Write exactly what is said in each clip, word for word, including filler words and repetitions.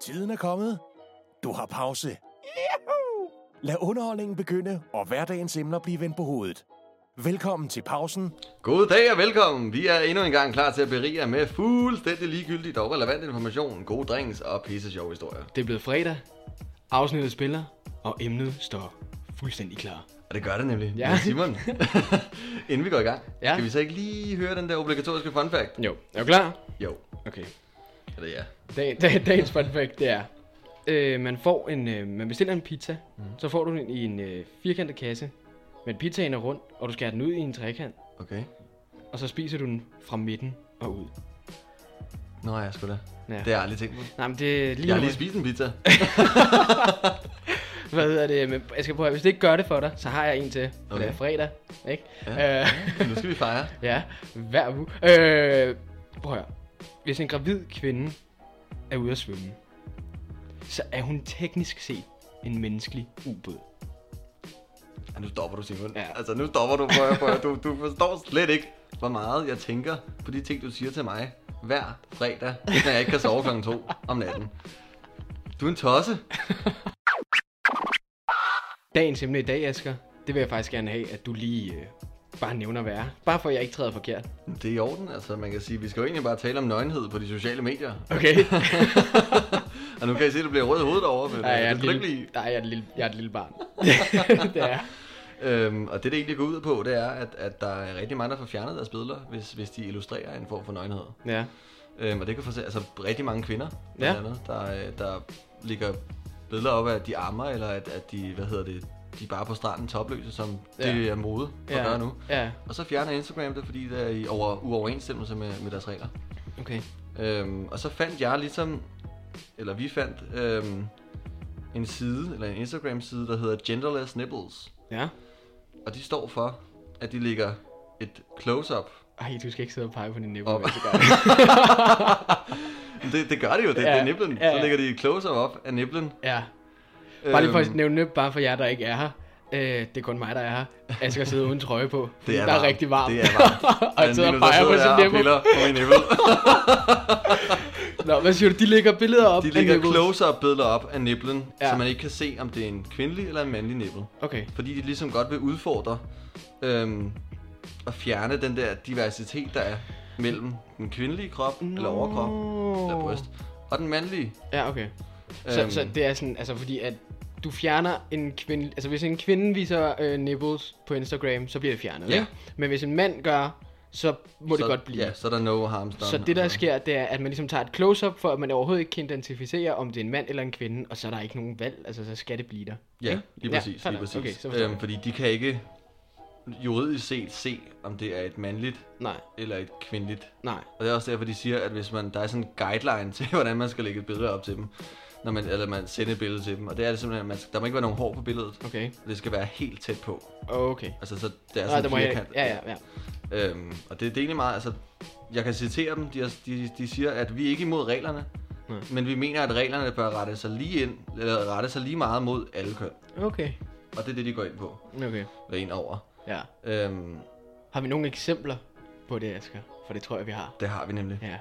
Tiden er kommet. Du har pause. Yahoo! Lad underholdningen begynde, og hverdagens emner blive vendt på hovedet. Velkommen til pausen. God dag og velkommen. Vi er endnu en gang klar til at berige jer med fuldstændig ligegyldig, dog relevant information, gode drinks og pisse sjove historier. Det er blevet fredag, afsnittet spiller, og emnet står fuldstændig klar. Og det gør det nemlig. Ja. Men Simon, inden vi går i gang, ja. skal vi så ikke lige høre den der obligatoriske fun fact? Jo, er du klar? Jo. Okay. Eller ja. Dag, dag, dagens fun fact, det er, øh, man får en, øh, man bestiller en pizza, mm. så får du den i en øh, firkantet kasse, men pizzaen er rund, og du skærer den ud i en trekant. Okay. Og så spiser du den fra midten og ud. Nå ja, sgu da. Ja. Det har jeg aldrig tænkt på. Nej, men det er lige jeg har lige spist en pizza. Hvad hedder det? Men jeg skal prøve, hvis det ikke gør det for dig, så har jeg en til. For okay. Det er fredag, ikke? Ja. Øh, nu skal vi fejre. Ja, hver uge. Øh, prøv at høre. Hvis en gravid kvinde er ude at svømme, så er hun teknisk set en menneskelig ubåd. Ja, nu stopper du, Simon. Ja. Altså, nu stopper du, prøv at, prøv at, du, du forstår slet ikke, hvor meget jeg tænker på de ting, du siger til mig hver fredag, når jeg ikke kan sove klokken to om natten. Du er en tosse. Dagens emne i dag, Asger, det vil jeg faktisk gerne have, at du lige øh, bare nævner, hvad er. Bare for, at jeg ikke træder forkert. Det er i orden, altså man kan sige, vi skal jo egentlig bare tale om nøgenhed på de sociale medier. Okay. Og nu kan I se, at det bliver rød i hovedet over. Men nej, jeg er, det, lille, lige... nej jeg, er et lille, jeg er et lille barn. Det er øhm, Og det, det egentlig går ud på, det er, at, at der er rigtig mange, der får fjernet deres billeder, hvis, hvis de illustrerer en form for nøgenhed. Ja. Øhm, og det kan for altså rigtig mange kvinder, ja. andet, der, der ligger billeder op af, at de ammer, eller at, at de, hvad hedder det, de er bare på stranden topløse, som ja. det er mode at ja. gøre nu. Ja. Og så fjerner Instagram det, fordi det er i over, uoverensstemmelse med, med deres regler. Okay. Øhm, og så fandt jeg ligesom, eller vi fandt øhm, en side, eller en Instagram-side, der hedder Genderless Nipples. Ja. Og de står for, at de lægger et close-up. Ej, du skal ikke sidde og pege på dine nipple, mens du gør det. det. Det gør de jo, det, ja. det er nipplen. Ja, ja. Så lægger de et close-up op af nipplen. Ja. Bare lige for at nævne det, bare for jer, der ikke er her. Øh, det er kun mig, der er her. Jeg skal sidde uden trøje på. Det er der varmt. er rigtig varmt. Det er varmt. Og jeg sidder og peger på sin nipple. på min nipple. Nå, hvad siger du? De lægger billeder op De af lægger close-up billeder op af nipplen, ja. Så man ikke kan se, om det er en kvindelig eller en mandlig nipple. Okay. Fordi de ligesom godt vil udfordre øhm, at fjerne den der diversitet, der er mellem den kvindelige krop, no. eller overkrop, eller bryst, og den mandlige. Ja, okay. Så, øhm, så det er sådan, altså fordi at du fjerner en kvinde, altså hvis en kvinde viser øh, nipples på Instagram, så bliver det fjernet, ja. Ikke? Men hvis en mand gør, så må så, det godt blive. Ja, så er der no harm done. Så det der sker, det er, at man ligesom tager et close-up, for at man overhovedet ikke kan identificere, om det er en mand eller en kvinde, og så er der ikke nogen valg, altså så skal det blive der. Ja, ikke? lige præcis. Ja, lige præcis. Okay, så øhm, fordi de kan ikke juridisk set se, om det er et mandligt Nej. eller et kvindeligt. Nej. Og det er også derfor, de siger, at hvis man, der er sådan en guideline til, hvordan man skal lægge et billede op til dem, når man, eller man sender et billede til dem. Og det er det simpelthen, man skal, der må ikke være nogen hår på billedet. Okay. Det skal være helt tæt på. Okay. Altså, så det er sådan en firkant. Ja, ja, ja. Øhm, og det, det er egentlig meget, altså, jeg kan citere dem, de, de, de siger, at vi er ikke imod reglerne, Nej. men vi mener, at reglerne bør rette sig lige ind, eller rette sig lige meget mod alle køn. Okay. Og det er det, de går ind på. Okay. Eller ind over. Ja. Øhm, har vi nogle eksempler på det, Asger? For det tror jeg, vi har. Det har vi nemlig. Ja.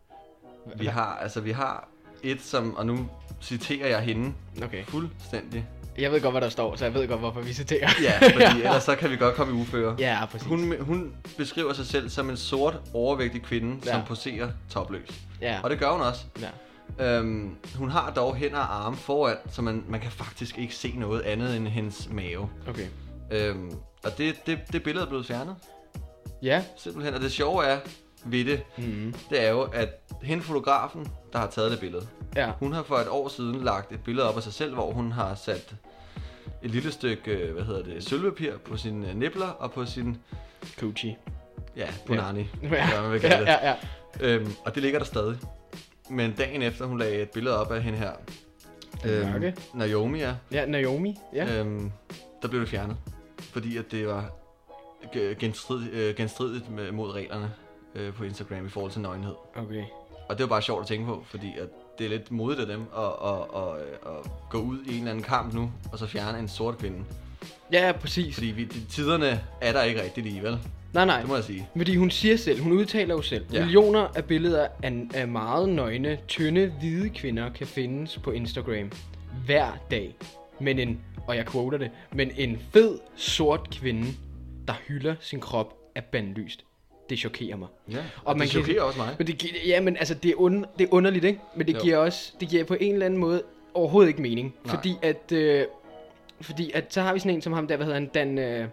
H- vi har, altså vi har et, som, og nu citerer jeg hende okay. fuldstændig. Jeg ved godt, hvad der står, så jeg ved godt, hvorfor vi citerer. Ja, fordi ellers så kan vi godt komme i uføre. Ja, præcis. Hun, hun beskriver sig selv som en sort, overvægtig kvinde, ja. som poserer topløs. Ja. Og det gør hun også. Ja. Øhm, hun har dog hænder og arme foran, så man, man kan faktisk ikke se noget andet end hendes mave. Okay. Øhm, og det, det, det billede er blevet fjernet. Ja. Simpelthen. Og det sjove er ved det, mm-hmm. det er jo, at hende fotografen, der har taget det billede, ja. hun har for et år siden lagt et billede op af sig selv, hvor hun har sat et lille stykke, hvad hedder det, sølvpapir på sine nipler og på sin coochie. Ja, punani. Ja, ja, man ja, ja, ja. Øhm, og det ligger der stadig. Men dagen efter hun lagde et billede op af hende her, øhm, Naomi, ja. Ja, Naomi, ja. Øhm, der blev det fjernet, fordi at det var genstridigt, øh, genstridigt med, mod reglerne øh, på Instagram i forhold til nøgenhed. Okay. Og det var bare sjovt at tænke på, fordi at det er lidt modigt af dem at, at, at, at, at gå ud i en eller anden kamp nu, og så fjerne en sort kvinde. Ja, præcis. Fordi vi, tiderne er der ikke rigtig lige, vel? Nej, nej. Det må jeg sige. Fordi hun siger selv, hun udtaler jo selv, ja. Millioner af billeder af, af meget nøgne, tynde, hvide kvinder kan findes på Instagram hver dag. Men en, og jeg quoter det, men en fed, sort kvinde, der hylder sin krop, er bandlyst. Det chokerer mig. Ja, og, og man det chokerer kan, også mig. Men det, ja, men altså, det er, und, det er underligt, ikke? Men det jo. giver også, det giver på en eller anden måde overhovedet ikke mening. Nej. Fordi at, øh, fordi at, så har vi sådan en som ham der, hvad hedder han, Dan, øh,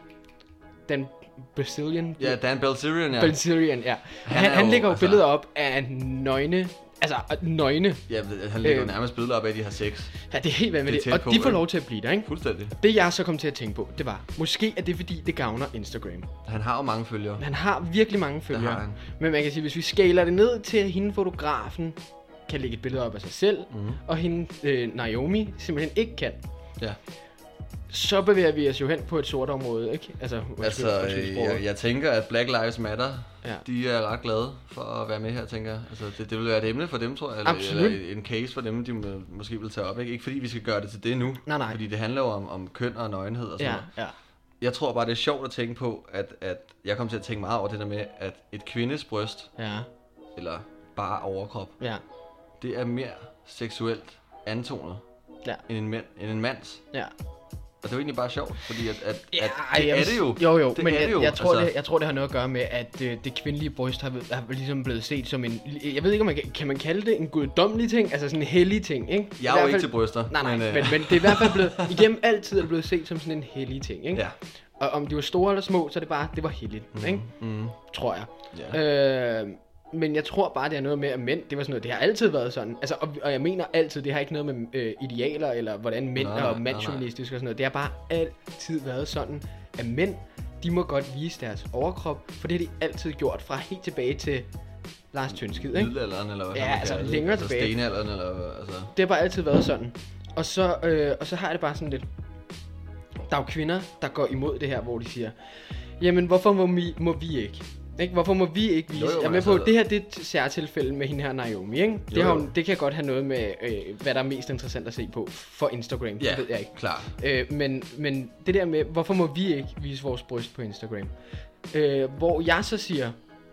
Dan Bilzerian. Ja, Dan Bilzerian, ja. Bilzerian, ja. Han, han, han lægger jo altså... billeder op af nøgne, altså nøgne. Ja, han lægger øh, nærmest billeder op af, at de har sex. Ja, det er helt vanvittigt. Og på, de får lov til at blive der, ikke? Fuldstændig. Det jeg så kom til at tænke på, det var, måske er det fordi, det gavner Instagram. Han har jo mange følgere. Han har virkelig mange følgere. Men man kan sige, hvis vi skaler det ned til, at hende fotografen kan lægge et billede op af sig selv, mm. og hende øh, Naomi simpelthen ikke kan. Ja. Så bevæger vi os jo hen på et sort område, ikke? Altså, altså jeg, jeg tænker, at Black Lives Matter, ja. de er ret glade for at være med her, tænker jeg. Altså, det, det vil være et emne for dem, tror jeg. Eller, eller en case for dem, de må, måske vil tage op, ikke? Ikke fordi vi skal gøre det til det nu. Nej, nej. Fordi det handler jo om, om køn og nøgenhed og sådan ja, noget. Ja. Jeg tror bare, det er sjovt at tænke på, at, at jeg kom til at tænke meget over det der med, at et kvindes bryst, ja. eller bare overkrop, ja. det er mere seksuelt antonet ja. end, en mænd, end en mands. Ja. Og det er jo egentlig bare sjovt, fordi at, at, ja, at det er det jo. Jo, jo, det men jeg, jo. Jeg, tror, altså... det, jeg tror, det har noget at gøre med, at øh, det kvindelige bryst har, har ligesom blevet set som en... Jeg ved ikke, om man kan, kan man kalde det en guddommelig ting, altså sådan en hellig ting, ikke? Jeg er jo fald, ikke til bryster. Nej, nej, men, øh... men, men det er i hvert fald blevet... Igennem altid er det blevet set som sådan en hellig ting, ikke? Ja. Og om de var store eller små, så er det bare... Det var helligt, mm, ikke? Mm. Tror jeg. Ja. Øh, men jeg tror bare, det har noget med, at mænd, det var sådan noget, det har altid været sådan. Altså, og, og jeg mener altid, det har ikke noget med øh, idealer, eller hvordan mænd nej, er mandsjournalistiske og sådan noget. Det har bare altid været sådan, at mænd, de må godt vise deres overkrop, for det har de altid gjort fra helt tilbage til Lars Tyndskid, ikke? Middelalderen, eller hvad? Ja, altså længere altså, tilbage. Stenalderen, eller altså... Det har bare altid været sådan. Og så, øh, og så har jeg det bare sådan lidt... Der er jo kvinder, der går imod det her, hvor de siger, jamen, hvorfor må vi, må vi ikke? Ikke? Hvorfor må vi ikke vise? Jo, jo, jeg er med på, altså... det her det er et særtilfælde med hende her Naomi, ikke? Det, jo, jo. Har, det kan godt have noget med, øh, hvad der er mest interessant at se på for Instagram, ja, det ved jeg ikke. Klar. Øh, men, men det der med, hvorfor må vi ikke vise vores bryst på Instagram? Øh, hvor jeg så siger,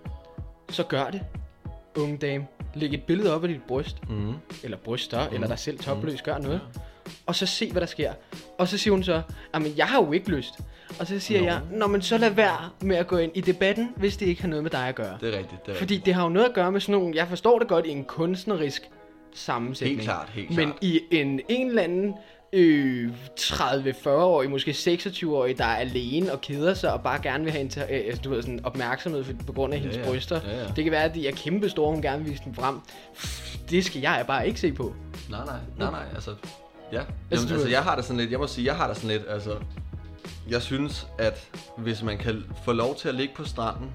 så gør det, unge dame. Læg et billede op af dit bryst, mm. eller bryster, mm. eller dig selv topløs, gør noget. Ja. Og så se, hvad der sker. Og så siger hun så, jamen jeg har jo ikke lyst. Og så siger no. jeg, nå, men så lad være med at gå ind i debatten, hvis det ikke har noget med dig at gøre. Det er rigtigt, det er Fordi rigtigt. det har jo noget at gøre med sådan nogle, jeg forstår det godt, i en kunstnerisk sammensætning. Helt klart, helt men klart. Men i en, en eller anden øh, tredive-fyrre-årig, måske seksogtyve-årig, der er alene og keder sig, og bare gerne vil have inter- øh, du ved, sådan opmærksomhed for, på grund af ja, hendes ja. bryster. Ja, ja. Det kan være, at de er kæmpe store, hun gerne vil vise dem frem. Det skal jeg bare ikke se på. Nej, nej, nej, nej, altså... Ja, jamen, altså jeg har det sådan lidt, jeg må sige, jeg har det sådan lidt, altså, jeg synes, at hvis man kan få lov til at ligge på stranden,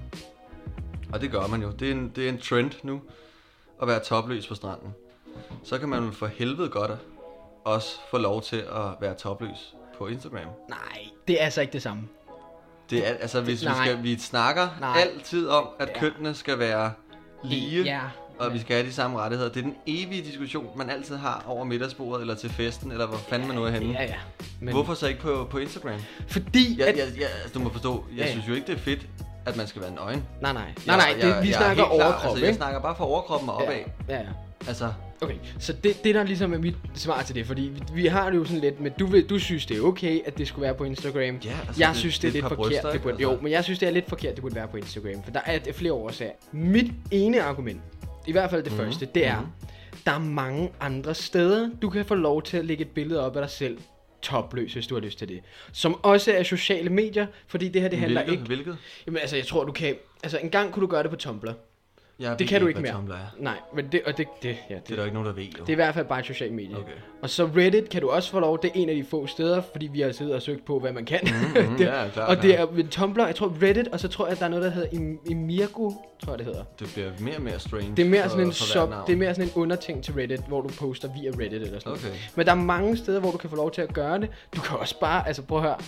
og det gør man jo, det er en, det er en trend nu, at være topløs på stranden, så kan man for helvede godt også få lov til at være topløs på Instagram. Nej, det er altså ikke det samme. Det er, altså hvis det, vi skal, vi snakker nej. altid om, at ja. kønnene skal være lige. Ja. Og vi skal have de samme rettigheder. Det er den evige diskussion, man altid har over middagsbordet, eller til festen, eller hvor fanden man nu er henne. Ja, ja. Men... Hvorfor så ikke på, på Instagram? Fordi jeg, at... jeg, jeg, altså, du må forstå, jeg ja, ja. synes jo ikke, det er fedt, at man skal være nøgen. Nej, nej. Nej, nej, det, jeg, vi jeg snakker overkrop, altså, ikke? Jeg snakker bare fra overkroppen og opad. Ja, ja. ja. Altså... Okay, så det, det der ligesom er mit svar til det, fordi vi, vi har det jo sådan lidt med, du, vil, du synes det er okay, at det skulle være på Instagram. Ja, altså jeg det, synes det, det er lidt forkert, bryster, det burde, altså. Jo, men jeg synes det er lidt forkert, det burde være på Instagram, for der er flere årsager. Mit ene argument, i hvert fald det mm-hmm. første, det er, mm-hmm. der er mange andre steder, du kan få lov til at lægge et billede op af dig selv, topløs, hvis du har lyst til det. Som også er sociale medier, fordi det her, det handler hvilket? ikke... Hvilket? Jamen altså, jeg tror du kan... Altså, en gang kunne du gøre det på Tumblr. Jeg det kan du ikke mere. Tumblr, ja. Nej, men det, og det, det, ja, det, det er der ikke nogen, der ved. Jo. Det er i hvert fald bare et socialt medie. Okay. Og så Reddit kan du også få lov. Det er en af de få steder, fordi vi har siddet og søgt på, hvad man kan. Mm-hmm, det, ja, klar, og klar. Det er ved Tumblr, jeg tror Reddit, og så tror jeg, at der er noget, der hedder Emirgo, tror jeg, det hedder. Det bliver mere og mere strange. Det er mere sådan en sub, det er mere sådan en underting til Reddit, hvor du poster via Reddit eller sådan okay. noget. Men der er mange steder, hvor du kan få lov til at gøre det. Du kan også bare, altså prøv at høre,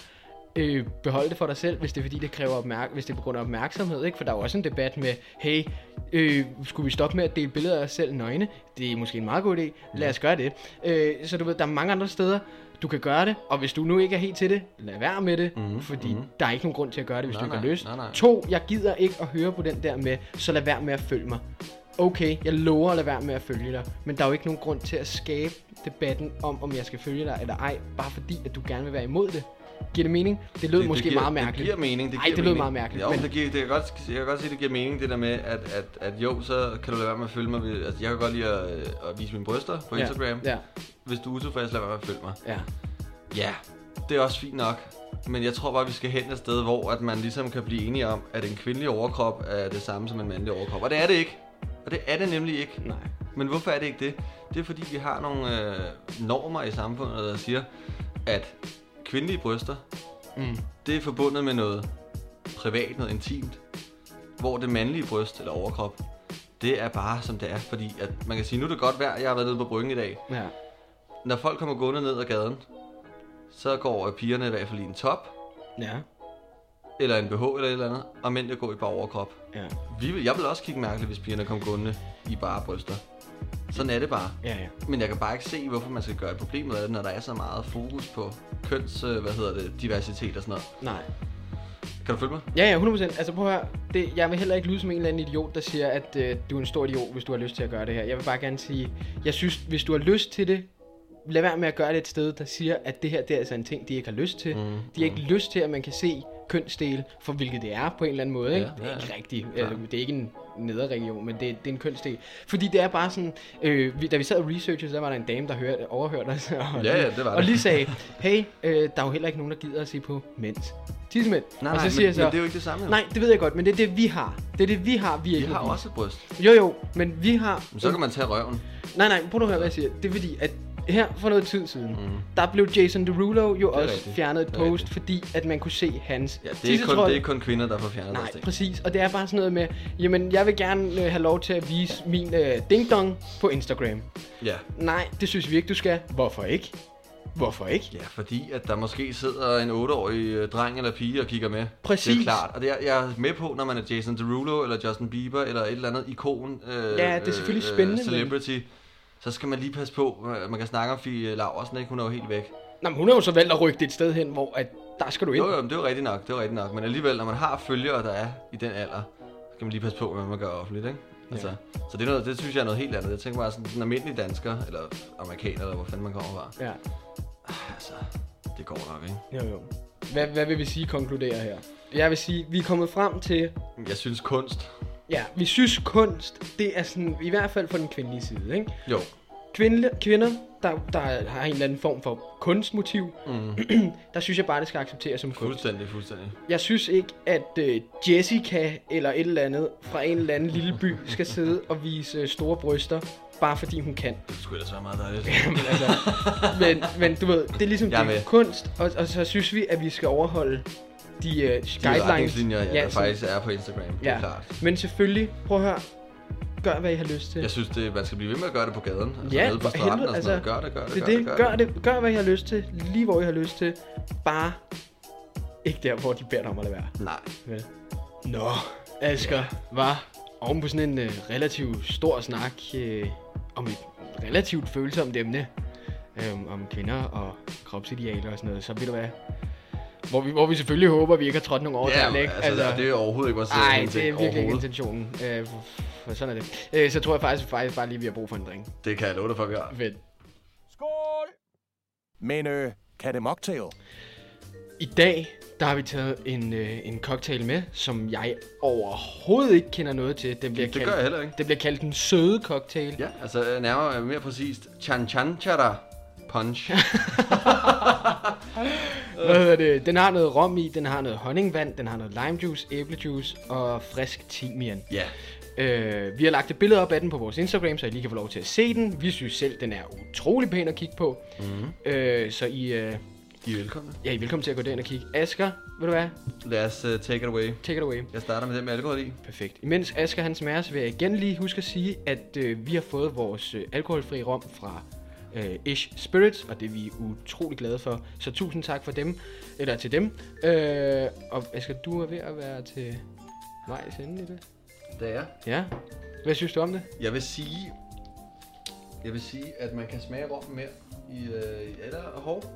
øh, beholde det for dig selv, hvis det er fordi, det kræver opmærk- hvis det er på grund af opmærksomhed, ikke? For der er jo også en debat med, hey, øh, skulle vi stoppe med at dele billeder af os selv nøgne? Det er måske en meget god idé. Lad os gøre det. Øh, så du ved, der er mange andre steder, du kan gøre det, og hvis du nu ikke er helt til det, lad være med det, mm-hmm. fordi mm-hmm. der er ikke nogen grund til at gøre det, hvis nej, du ikke har lyst. Nej, nej. To, jeg gider ikke at høre på den der med, så lad være med at følge mig. Okay, jeg lover at lade være med at følge dig, men der er jo ikke nogen grund til at skabe debatten om, om jeg skal følge dig eller ej, bare fordi, at du gerne vil være imod det. Giver det mening? Det lød det, måske det giver, meget mærkeligt. Det giver mening. Det Ej, det lød mening. meget mærkeligt. Jo, men det, giver, det kan godt, jeg kan godt sige, det giver mening, det der med, at, at, at jo, så kan du lade være med at følge mig. Altså, jeg kan godt lide at, at vise mine bryster på ja. Instagram. Ja. Hvis du er utilfreds, lad være med at følge mig. Ja. Ja, det er også fint nok. Men jeg tror bare, vi skal hen et sted, hvor at man ligesom kan blive enige om, at en kvindelig overkrop er det samme som en mandlig overkrop. Og det er det ikke. Og det er det nemlig ikke. Nej. Men hvorfor er det ikke det? Det er fordi, vi har nogle øh, normer i samfundet, der siger, at kvindelige bryster, mm. det er forbundet med noget privat, noget intimt. Hvor det mandlige bryst, eller overkrop, det er bare som det er. Fordi at man kan sige, nu er det godt vejr, jeg har været nede på Bryggen i dag. Ja. Når folk kommer gående ned ad gaden, så går pigerne i hvert fald i en top. Ja. Eller en B H eller et eller andet, og mændene går i bare overkrop. Ja. Vi vil, jeg vil også kigge mærkeligt, hvis pigerne kom gående i bare bryster. Sådan er det bare. Ja, ja. Men jeg kan bare ikke se, hvorfor man skal gøre et problem af det, når der er så meget fokus på køns, hvad hedder det, diversitet og sådan noget. Nej. Kan du følge mig? Ja, ja, hundrede procent. Altså prøv at høre, det, jeg vil heller ikke lyde som en eller anden idiot, der siger, at øh, du er en stor idiot, hvis du har lyst til at gøre det her. Jeg vil bare gerne sige, jeg synes, hvis du har lyst til det, lad være med at gøre det et sted, der siger, at det her det er altså en ting, de ikke har lyst til. Mm, de har ikke mm. lyst til, at man kan se kønsdel for hvilket det er på en eller anden måde. Ikke? Ja, ja, ja. Det er ikke rigtigt. Ja. Det er ikke en nederregion, men det, det er en kønsdel. Fordi det er bare sådan, øh, vi, da vi sad og researchede, så var der en dame, der hørte, overhørte os. Og, ja, ja, det var og det. lige sagde, hey, øh, der er jo heller ikke nogen, der gider at se på mænds tissemænd. Nej, og så nej, siger men, så, men det er jo ikke det samme. Jo. Nej, det ved jeg godt, men det er det, vi har. Det er det, vi har. Vi, vi ikke har også et bryst. Jo, jo, men vi har... Men så kan man tage røven. Nej, nej, prøv at høre, hvad jeg siger. Det er fordi, at her for noget tid siden, mm. der blev Jason Derulo jo også rigtigt. fjernet et post, fordi at man kunne se hans ja, det er, kun, det er ikke kun kvinder, der får fjernet nej, deres præcis. Og det er bare sådan noget med, jamen, jeg vil gerne øh, have lov til at vise min øh, ding-dong på Instagram. Ja. Nej, det synes vi ikke, du skal. Hvorfor ikke? Hvorfor ikke? Ja, fordi at der måske sidder en otteårig øh, dreng eller pige og kigger med. Præcis. Det er klart. Og det er, jeg er med på, når man er Jason Derulo eller Justin Bieber eller et eller andet ikon. Øh, ja, det er selvfølgelig øh, spændende. Celebrity. Men... Så skal man lige passe på. Man kan snakke om Fie Laursen, ikke? Hun er jo helt væk. Nå, men hun har jo så valgt at rykke det et sted hen, hvor at der skal du ind. Jo, jo, men det er jo rigtigt nok. Det er jo rigtigt nok. Men alligevel, når man har følgere, der er i den alder, så skal man lige passe på, hvad man gør offentligt, ikke? Altså, ja. Så det, er noget, det synes jeg er noget helt andet. Jeg tænker bare sådan, den almindelige dansker, eller amerikaner, eller hvor fanden man kommer fra. Ja. Altså, det går nok, ikke? Jo, jo. Hvad, hvad vil vi sige konkludere her? Jeg vil sige, vi er kommet frem til... Jeg synes kunst. Ja, vi synes kunst, det er sådan, i hvert fald på den kvindelige side, ikke? Jo. Kvinde, kvinder, der, der har en eller anden form for kunstmotiv, mm. der synes jeg bare, det skal accepteres som kunst. Fuldstændig, fuldstændig. Jeg synes ikke, at uh, Jessica eller et eller andet fra en eller anden lille by skal sidde og vise uh, store bryster, bare fordi hun kan. Det skulle ellers være meget dejligt. men, altså, men, men du ved, det er ligesom det er kunst, og, og så synes vi, at vi skal overholde de uh, guidelines. De retningslinjer, ja, ja, der faktisk er på Instagram, det ja. er klart. Men selvfølgelig, prøv at høre, gør hvad I har lyst til. Jeg synes, det, man skal blive ved med at gøre det på gaden. Altså ja, nede på stranden helvede, og sådan altså, noget. Gør det, gør det, det, gør, det, det, gør, gør det. det. Gør hvad I har lyst til, lige hvor I har lyst til. Bare ikke der, hvor de beder dig om at lade være. Nej. Vel? Nå, Asger, ja. var oven på sådan en uh, relativt stor snak uh, om et relativt følsomt emne. Um, om kvinder og kropsidealer og sådan noget. Så ved du hvad... Hvor vi, hvor vi selvfølgelig håber, at vi ikke har trådt nogen overtale, ja, ikke? Altså, altså, det er overhovedet ikke vores Nej, det er virkelig ikke intentionen. Øh, for sådan er det. Øh, så tror jeg faktisk, faktisk bare lige, vi har brug for en drink. Det kan jeg love dig for, vi har. Fedt. Skål! Men øh, kan det mocktail? I dag, der har vi taget en, øh, en cocktail med, som jeg overhovedet ikke kender noget til. Den bliver det kaldt, gør jeg heller ikke. Det bliver kaldt en søde cocktail. Ja, altså nærmere mere præcist. Chan Chan Chara Punch. Hvad hedder det? Den har noget rom i, den har noget honningvand, den har noget limejuice, æblejuice og frisk timian. Ja. Øh, vi har lagt et billede op af den på vores Instagram, så I lige kan få lov til at se den. Vi synes selv, den er utrolig pæn at kigge på. Mm-hmm. Øh, så I... Øh, I er velkomne. Ja, I er velkommen til at gå derind og kigge. Asger, ved du hvad? Lad os uh, take it away. Take it away. Jeg starter med det med alkohol i. Perfekt. Imens Asger han smager, så vil jeg igen lige huske at sige, at øh, vi har fået vores øh, alkoholfri rom fra øh, Ish Spirits, og det er vi utrolig glade for. Så tusind tak for dem, eller til dem. Øh, og Asger, du er ved at være til vejs ende i det. Det er jeg. Ja. Hvad synes du om det? Jeg vil sige, jeg vil sige, at man kan smage rommen mere i, øh, eller hov.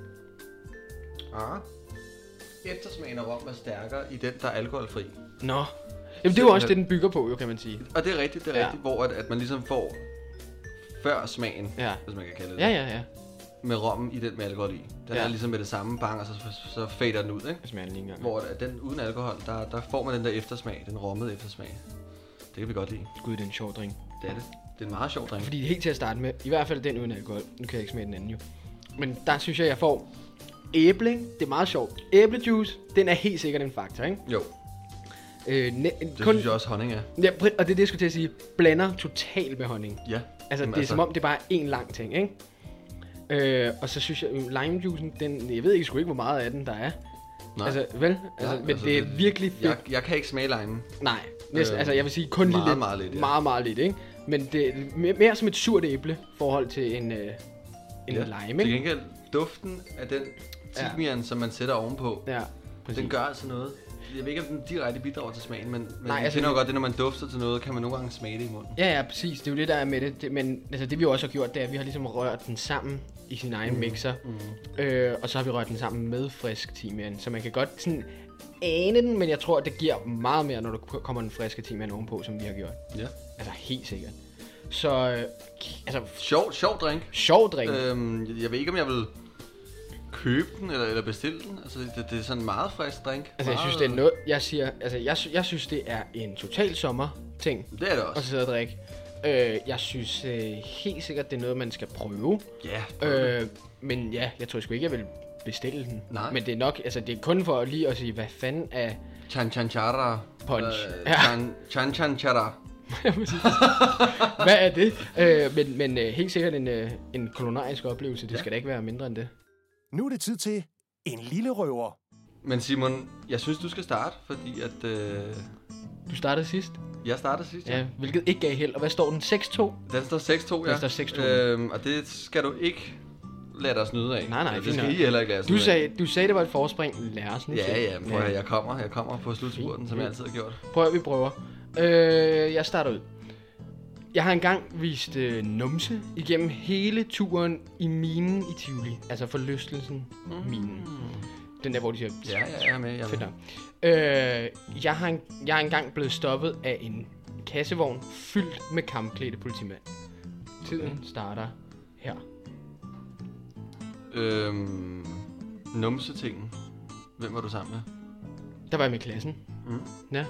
Ah. Eftersmagen af rom er stærkere i den, der er alkoholfri. Nå. Jamen, det er jo også det, den bygger på, jo, kan man sige. Og det er rigtigt, det er ja. rigtigt, hvor at, at man ligesom får før smagen, ja. hvis man kan kalde det ja, ja, ja. med rommen i den med alkohol i. Den ja. er ligesom med det samme bang, og så, så fader den ud, ikke? Det smager den ikke engang. Hvor at den uden alkohol, der, der får man den der eftersmag, den rommede eftersmag. Det kan vi godt lide. Gud, det er en sjov drink. Det er det. Det er en meget sjov drink. Fordi helt til at starte med, i hvert fald den uden alkohol. Nu kan jeg ikke smage den anden jo. Men der synes jeg, jeg får æble. Det er meget sjovt. Æblejuice, den er helt sikkert en faktor, ikke? Jo. Øh, ne- det kun, synes jeg også honning er. Ja, og det er det, jeg skulle til at sige. Blander totalt med honning. Ja. Altså, det er altså... som om, det er bare en lang ting, ikke? Øh, og så synes jeg, limejuicen, den, jeg ved ikke sgu ikke, hvor meget af den der er. Nej. Altså, vel? Altså, ja, men altså, det er virkelig fedt. Jeg, jeg kan ikke smage lime. Nej, næsten, øh, altså jeg vil sige kun meget, lige lidt. Meget lidt, ja. Meget, meget lidt, ikke? Men det er mere, mere som et surt æble i forhold til en, øh, en ja. lime, ikke? Til gengæld, duften af den timian, ja. som man sætter ovenpå, ja, den gør altså noget. Jeg ved ikke, om den direkte bidrager til smagen, men, men Nej, jeg altså, finder jo godt, det når man dufter til noget, kan man nogle gange smage det i munden. Ja, ja, præcis. Det er jo det, der er med det. det men altså, det vi også har gjort, det er, at vi har ligesom rørt den sammen i sin egen mm. mixer. Mm. Øh, og så har vi rørt den sammen med frisk timian. Så man kan godt sådan ane den, men jeg tror, det giver meget mere, når der kommer den friske timian ovenpå, som vi har gjort. Ja. Altså helt sikkert. Så, øh, altså... Sjov, sjov drink. Sjov drink. Øhm, jeg ved ikke, om jeg vil købe den eller, eller bestille den. Altså, det, det er sådan en meget frisk drink. Altså, meget... jeg synes, det er noget... Jeg siger... Altså, jeg, jeg synes, det er en total sommer-ting. Det er det også. Og så sidde og drikke. Øh, jeg synes øh, helt sikkert, det er noget, man skal prøve. Ja. Øh, men ja, jeg tror sgu ikke, jeg vil bestille den. Nej. Men det er nok... Altså, det er kun for lige at sige, hvad fanden er... Chanchanchara. Punch. Øh, ja. Chan, chanchanchara. Hvad er det? Øh, men men øh, helt sikkert en, øh, en kulinarisk oplevelse. Det ja. skal da ikke være mindre end det. Nu er det tid til en lille røver. Men Simon, jeg synes, du skal starte, fordi at... Øh... Du startede sidst? Jeg startede sidst, ja. ja. Hvilket ikke gav held. Og hvad står den? seks to? Den står seks to, ja. Den står seks to. Øhm, og det skal du ikke lade dig snyde af. Nej, nej. Det skal I heller ikke lade du sagde, du sagde, det var et forspring. Lad os nu Ja, ja. Prøv at, jeg kommer. Jeg kommer på slutspurten, som jeg altid har gjort. Prøv at vi prøver. Øh, jeg starter ud. Jeg har engang vist øh, numse igennem hele turen i minen i Tivoli. Altså forlystelsen mm. minen. Den der, hvor de siger... Ja, ja, jeg er med. Jeg er med. Øh, jeg, har en, jeg er engang blevet stoppet af en kassevogn fyldt med kampklædte politimænd. Tiden okay. starter her. Øhm, numse-tingen. Hvem var du sammen med? Der var jeg med klassen. Mm. Ja.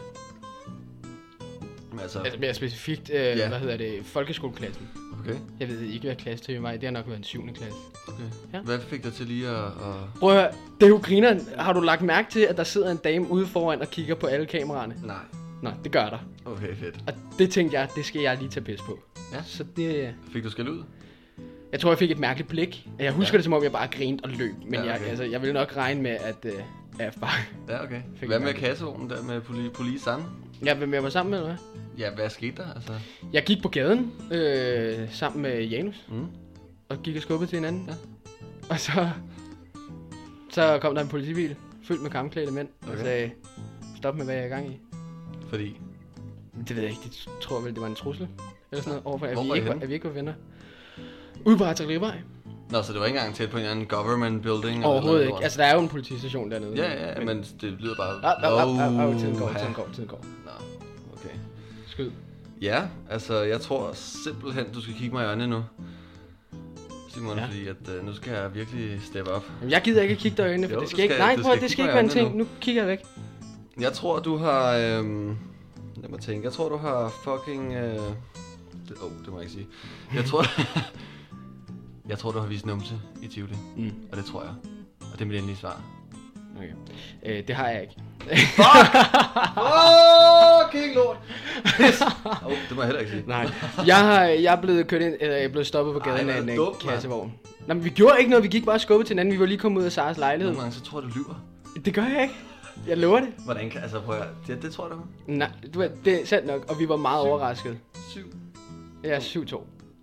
Altså, altså mere specifikt, øh, ja. hvad hedder det, folkeskoleklassen. Okay. Jeg ved ikke, hvad klasse til mig. Det har nok været en syvende klasse. Okay. Ja. Hvad fik dig til lige at... at... Prøv at høre, det er jo grineren. Har du lagt mærke til, at der sidder en dame ude foran og kigger på alle kameraerne? Nej. Nej, det gør der. Okay, fedt. Og det tænkte jeg, det skal jeg lige tage pis på. Ja. Så det... Fik du skæld ud? Jeg tror, jeg fik et mærkeligt blik. Jeg husker ja. det, som om jeg bare grinte og løb. Men ja, okay. jeg, altså, jeg ville nok regne med, at uh, jeg bare... Ja, okay. Hvad med kassevognen der med poli- polisen? Ja, hvem jeg var sammen med, eller hvad? Ja, hvad skete der? Altså... Jeg gik på gaden øh, sammen med Janus. Mm. Og gik og skubbede til hinanden. Ja. Og så... Så kom der en politibil fyldt med kampklædte mænd. Okay. Og sagde, stop med, hvad jeg er i gang i. Fordi? Det ved jeg ikke. De tror vel, det var en trussel. Eller sådan noget. Overfor, at, Hvor vi var ikke var, var, at vi ikke var venner. Ude på Artillerivej. Nå, så det var ikke engang tæt på en anden government building? Overhovedet ikke. Altså, der er jo en politistation dernede. Ja, ja, men, men det lyder bare... Au, au, au, au, tiden går, tiden går, tiden går. Nå, okay. Skyd. Ja, altså, jeg tror simpelthen, du skal kigge mig i øjnene nu. Simon, ja. fordi at uh, nu skal jeg virkelig steppe op. Jamen, jeg gider ikke kigge dig i øjnene, for jo, det skal, skal ikke... Nej, prøv, det skal ikke være en ting. Nu. nu kigger jeg væk. Jeg tror, du har... Øhm, lad mig tænke. Jeg tror, du har fucking... Åh, øh, det, oh, det må jeg ikke sige. Jeg tror... Jeg tror, du har vist numse i Tivoli. Mm. Og det tror jeg. Og det er mit endelige svar. Okay. Øh, det har jeg ikke. Fuck! Fucking lort! Åh, oh, det må jeg heller ikke sige. Nej. Jeg, har, jeg er blevet kørt ind, eller jeg er blevet stoppet på gaden Ej, af en dum, kassevogn. Nej, men vi gjorde ikke noget. Vi gik bare og skubbede til hinanden. Vi var lige kommet ud af Saras lejlighed. Nogle gange, så tror jeg, du lyver. Det gør jeg ikke. Jeg lover det. Hvordan kan... Altså, prøv at... Det, det tror jeg, du har. Nej, du ved, det er sandt nok. Og vi var meget syv. overrasket. Syv. Ja, syv to.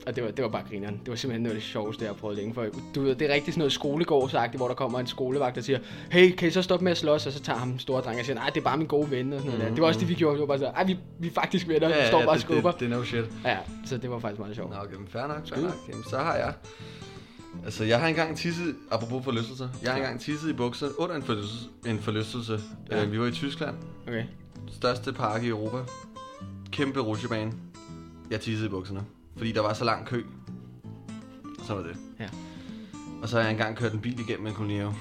Og det var, det var bare grineren. Det var simpelthen noget af det sjoveste, jeg har prøvet længe. For du ved, det er rigtig sådan noget skolegårdsagtigt, hvor der kommer en skolevagt, der siger, hey, kan I så stoppe med at slås? Og så tager ham den store dreng og siger, nej, det er bare min gode ven. Og sådan noget. Mm-hmm. Det var også det, vi gjorde. Det var bare så, ej, vi, vi er faktisk venner. Ja, vi står ja, bare og det, skubber. Det, det er no shit. Ja, så det var faktisk meget sjovt. Nå, okay, men fair nok, fair nok. Jamen, så har jeg... Altså, jeg har engang tisset, apropos forlystelse, jeg har engang tisset i bukser under en forlystelse. En forlystelse. Ja. Øh, vi var i Tyskland. Okay. Største park i Europa. Kæmpe rutsjebane. Jeg tissede i bukserne, fordi der var så lang kø. Så var det. Ja. Og så har jeg engang kørt en bil igennem en kolonihave.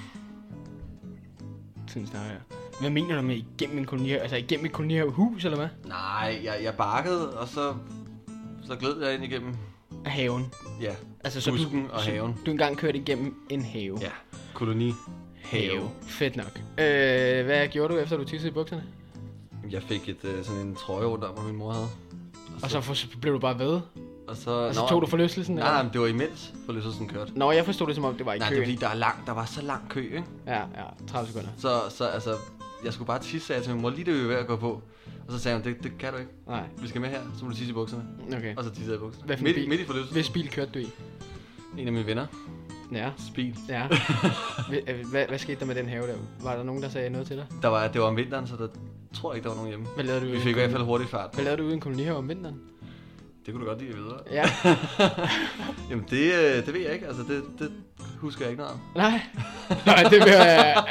Synes jeg, ja. Hvad mener du med igennem en kolonihave? Altså igennem et kolonihavehus, eller hvad? Nej, jeg, jeg bakkede, og så, så gled jeg ind igennem... Haven? Ja, altså, så busken du, og haven. Du engang kørte igennem en have? Ja, koloni. Have. Fedt nok. Øh, hvad gjorde du, efter du tissede i bukserne? Jeg fik et, øh, sådan en trøje rundt om, min mor havde. Og så, og så for, blev du bare ved? Og så, og så tog du forlystelsen? Nej, nej, men det var imens forlystelsen kørte. Nå, jeg forstod det som om, det var i køen. Nej, det er fordi, der, er lang, der var så lang kø, ikke? Ja, ja, tredive sekunder. Så, så altså, jeg skulle bare tisse, sagde jeg til min mor, lige det vi var ved at gå på. Og så sagde hun, det, det kan du ikke. Nej. Vi skal med her, så må du tisse i bukserne. Okay. Og så tissede jeg i bukserne. Hvad for midt, bil? midt i forlystelsen. Hvis bil kørte du i? En af mine venner. Ja. Bil. Ja. hvad, hvad skete der med den have der? Var der nogen, der sagde noget til dig? Der var, det var om vinteren, så der tror jeg ikke, der var nogen hjemme. Hvad lavede du? Vi fik i hvert fald hurtigt fart på. Hvad lavede du ude i en kolonihave om vinteren? Det kunne du godt lide at vide. Ja. Jamen det, det ved jeg ikke, altså det, det husker jeg ikke noget om. Nej. Nej, det vil jeg...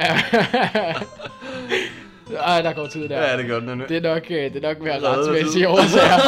Ej, der går tid der. Ja, det gør den. Det er nok, det er nok mere retsmæssige årsager.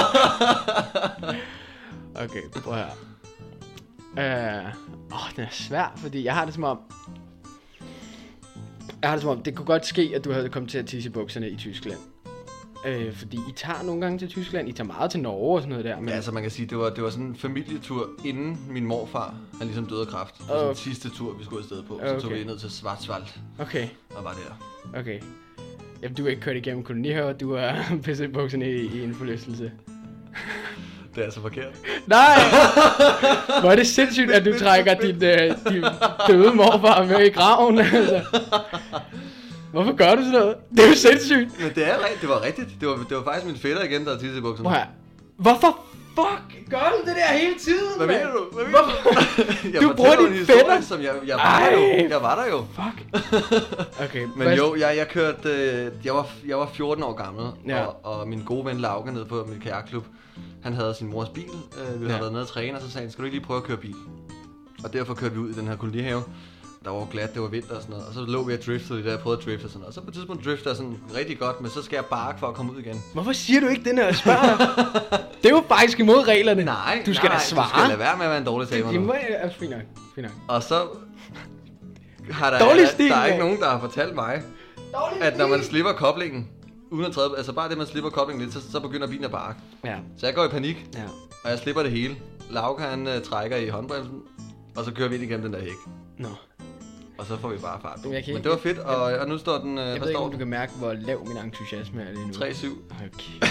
Okay, prøv her. Øh, åh, den er svær, fordi jeg har det som om... Jeg har det som om, det kunne godt ske, at du havde kommet til at tisse i bukserne i Tyskland. Øh, fordi I tager nogle gange til Tyskland, I tager meget til Norge og sådan noget der. Men... Ja, altså man kan sige, det var, det var sådan en familietur, inden min morfar, han ligesom døde af kræft. Det var sådan den sidste tur, vi skulle afsted på. Okay. Så tog vi ned til Schwarzwald. Okay. Og var der. Okay. Jamen, du har ikke kørt igennem kolonihaver, du har pisset i bukserne i, i en forlystelse. Det er altså forkert. Nej! Hvor er det sindssygt, at du trækker din, øh, din døde morfar med i graven, altså. Hvorfor gør du sådan noget? Det er jo sindssygt. Men det er rigtigt, det var rigtigt. Det var, det var faktisk min fætter igen, der tissede i bukserne. Hvorfor? Hvorfor fuck gør du det der hele tiden? Hvad mener du? Hvad mener du? Du bruger din fætter. Som jeg, jeg, var der jo. jeg var der jo. Fuck. Okay. Men jo, jeg, jeg kørte, øh, jeg, var, jeg var fjorten år gammel, ja. og, og min gode ven Lauke nede på mit kajakklub, han havde sin mors bil, øh, vi havde ja. været nede og træne, og så sagde han, skal du ikke lige prøve at køre bil? Og derfor kørte vi ud i den her kolonihave. Der var glat, det var vinter og sådan noget, og så lå vi og driftede lidt, der jeg prøvede at drifte og sådan noget. Og så på et tidspunkt drifter jeg sådan rigtig godt, men så skal jeg barke for at komme ud igen. Hvorfor siger du ikke det, når jeg spørger? Det er jo faktisk imod reglerne. Nej, du skal nej, da svare. Du skal lade være med at være en dårlig taber nu. Det er fint nok, fint nok. Og så har der, stil, der er ikke nogen, der har fortalt mig, at når man slipper koblingen, uden at træde, altså bare det, man slipper koblingen lidt, så, så begynder bilen at barke. Ja. Så jeg går i panik, ja. og jeg slipper det hele. Lauke han uh, trækker i håndbremsen, og så kører vi ind igennem den der hæk. Nå. Og så får vi bare fart på. Men, ikke, Men det var fedt, og, og nu står den... Uh, jeg ved ikke, om du kan mærke, hvor lav min entusiasme er lige nu. tre syv. Okay.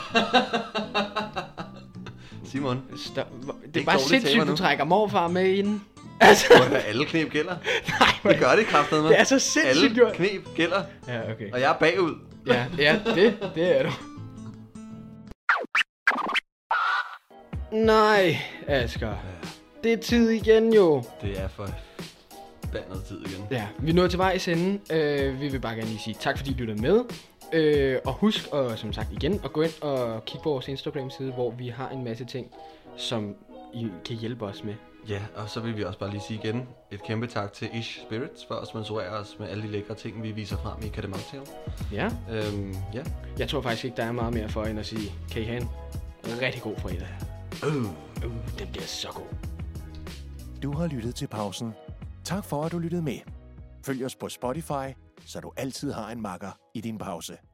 Simon. Stop. Det er bare sindssygt, du trækker morfar med inden. Altså. Alle knep gælder. Nej, det gør det kraftigt med. Det er så sindssygt Alle gjort. knep gælder. Ja, okay. Og jeg er bagud. Ja, ja, det, det er du. Nej, Asger. Ja. Det er tid igen jo. Det er for bandet tid igen. Ja, vi er nået til vejs ende. Uh, vi vil bare gerne lige sige tak, fordi I lyttede med. Uh, og husk, og som sagt igen, at gå ind og kigge på vores Instagram-side, hvor vi har en masse ting, som I kan hjælpe os med. Ja, og så vil vi også bare lige sige igen et kæmpe tak til Ish Spirits for at sponsorere os med alle de lækre ting, vi viser frem i Kademontale. Ja. Øhm, ja. Jeg tror faktisk ikke, der er meget mere for end at sige, kan I have en rigtig god fredag. Uh. Uh, det bliver så god. Du har lyttet til pausen. Tak for, at du lyttede med. Følg os på Spotify, så du altid har en makker i din pause.